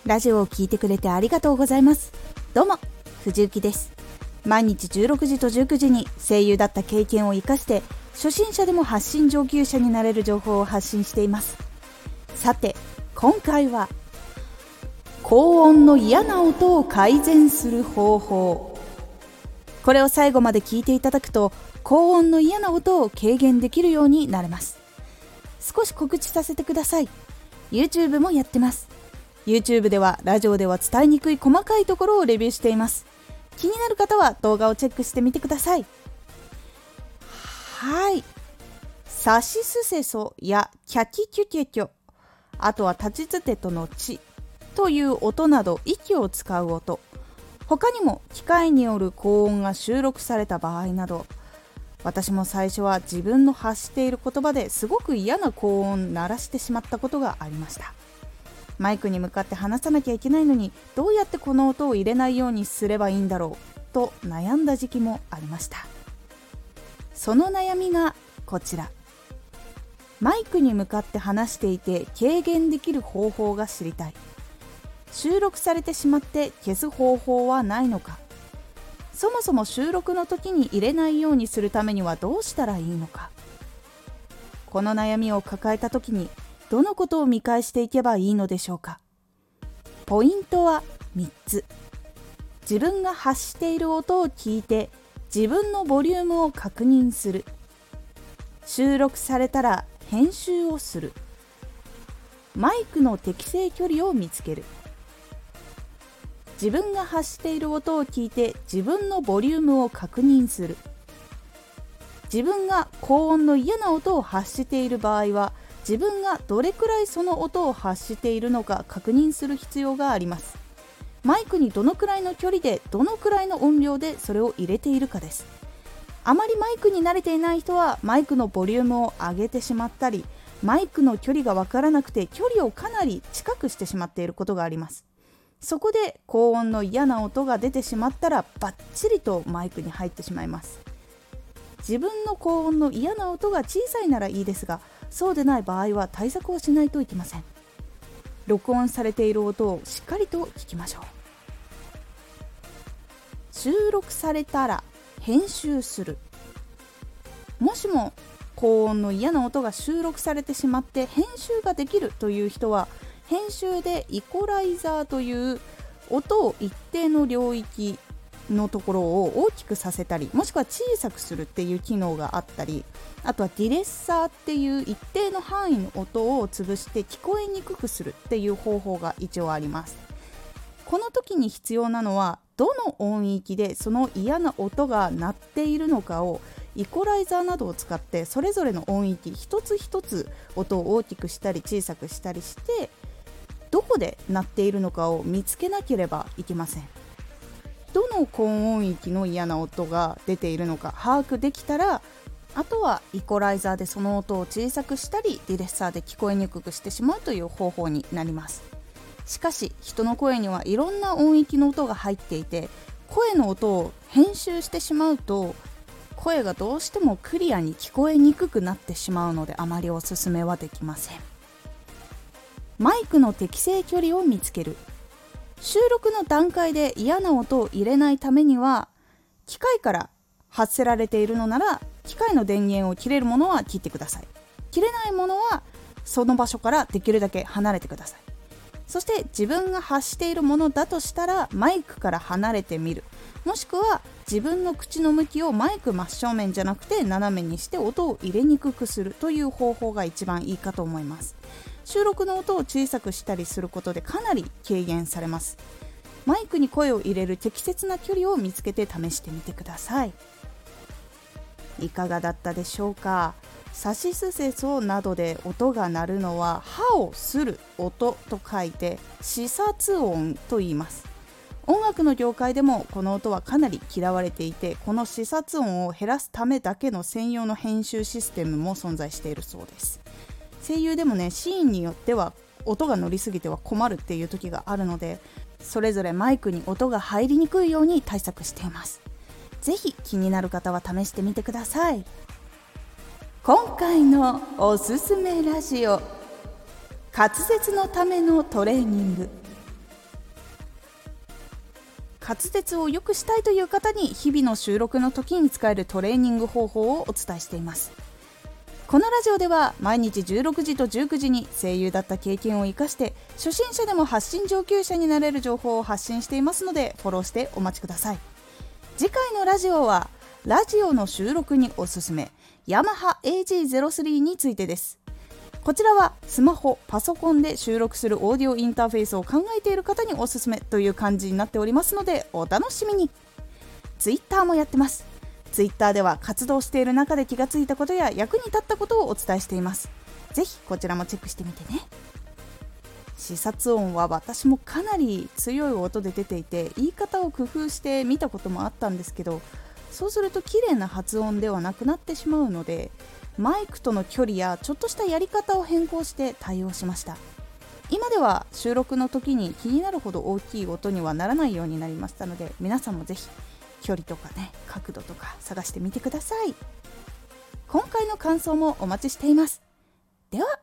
ラジオを聞いてくれてありがとうございます。どうも藤幸です。毎日16時と19時に声優だった経験を生かして初心者でも発信上級者になれる情報を発信しています。さて今回は高音の嫌な音を改善する方法。これを最後まで聞いていただくと高音の嫌な音を軽減できるようになれます。少し告知させてください。 YouTube もやってます。 YouTube ではラジオでは伝えにくい細かいところをレビューしています。気になる方は動画をチェックしてみてください。はい、さしすせそやキャキキュキュキョ、あとは立ちつてとのちという音など息を使う音、他にも機械による高音が収録された場合など、私も最初は自分の発している言葉ですごく嫌な高音を鳴らしてしまったことがありました。マイクに向かって話さなきゃいけないのにどうやってこの音を入れないようにすればいいんだろうと悩んだ時期もありました。その悩みがこちら。マイクに向かって話していて軽減できる方法が知りたい。収録されてしまって消す方法はないのか。そもそも収録の時に入れないようにするためにはどうしたらいいのか。この悩みを抱えた時にどのことを見返していけばいいのでしょうか。ポイントは3つ。自分が発している音を聞いて自分のボリュームを確認する。収録されたら編集をする。マイクの適正距離を見つける。自分が発している音を聞いて自分のボリュームを確認する。自分が高音の嫌な音を発している場合は自分がどれくらいその音を発しているのか確認する必要があります。マイクにどのくらいの距離でどのくらいの音量でそれを入れているかです。あまりマイクに慣れていない人はマイクのボリュームを上げてしまったり、マイクの距離がわからなくて距離をかなり近くしてしまっていることがあります。そこで高音の嫌な音が出てしまったらバッチリとマイクに入ってしまいます。自分の高音の嫌な音が小さいならいいですが、そうでない場合は対策をしないといけません。録音されている音をしっかりと聞きましょう。収録されたら編集する。もしも高音の嫌な音が収録されてしまって編集ができるという人は、編集でイコライザーという音を一定の領域のところを大きくさせたり、もしくは小さくするっていう機能があったり、あとはディレッサーっていう一定の範囲の音を潰して聞こえにくくするっていう方法が一応あります。この時に必要なのはどの音域でその嫌な音が鳴っているのかをイコライザーなどを使ってそれぞれの音域一つ一つ音を大きくしたり小さくしたりして、どこで鳴っているのかを見つけなければいけません。どの高音域の嫌な音が出ているのか把握できたら、あとはイコライザーでその音を小さくしたりディレッサーで聞こえにくくしてしまうという方法になります。しかし人の声にはいろんな音域の音が入っていて、声の音を編集してしまうと声がどうしてもクリアに聞こえにくくなってしまうので、あまりおすすめはできません。マイクの適正距離を見つける。収録の段階で嫌な音を入れないためには、機械から発せられているのなら機械の電源を切れるものは切ってください。切れないものはその場所からできるだけ離れてください。そして自分が発しているものだとしたらマイクから離れてみる、もしくは自分の口の向きをマイク真正面じゃなくて斜めにして音を入れにくくするという方法が一番いいかと思います。収録の音を小さくしたりすることでかなり軽減されます。マイクに声を入れる適切な距離を見つけて試してみてください。いかがだったでしょうか。さしすせそなどで音が鳴るのは歯をする音と書いて歯擦音と言います。音楽の業界でもこの音はかなり嫌われていて、この歯擦音を減らすためだけの専用の編集システムも存在しているそうです。声優でもね、シーンによっては音が乗りすぎては困るっていう時があるので、それぞれマイクに音が入りにくいように対策しています。ぜひ気になる方は試してみてください。今回のおすすめラジオ、滑舌のためのトレーニング。 滑舌を良くしたいという方に日々の収録の時に使えるトレーニング方法をお伝えしています。このラジオでは毎日16時と19時に声優だった経験を生かして初心者でも発信上級者になれる情報を発信していますのでフォローしてお待ちください。次回のラジオはラジオの収録におすすめヤマハ AG03 についてです。こちらはスマホ、パソコンで収録するオーディオインターフェースを考えている方におすすめという感じになっておりますのでお楽しみに。ツイッターもやってます。ツイッターでは活動している中で気がついたことや役に立ったことをお伝えしています。ぜひこちらもチェックしてみてね。視察音は私もかなり強い音で出ていて言い方を工夫して見たこともあったんですけど、そうすると綺麗な発音ではなくなってしまうのでマイクとの距離やちょっとしたやり方を変更して対応しました。今では収録の時に気になるほど大きい音にはならないようになりましたので皆さんもぜひ距離とかね角度とか探してみてください。今回の感想もお待ちしています。では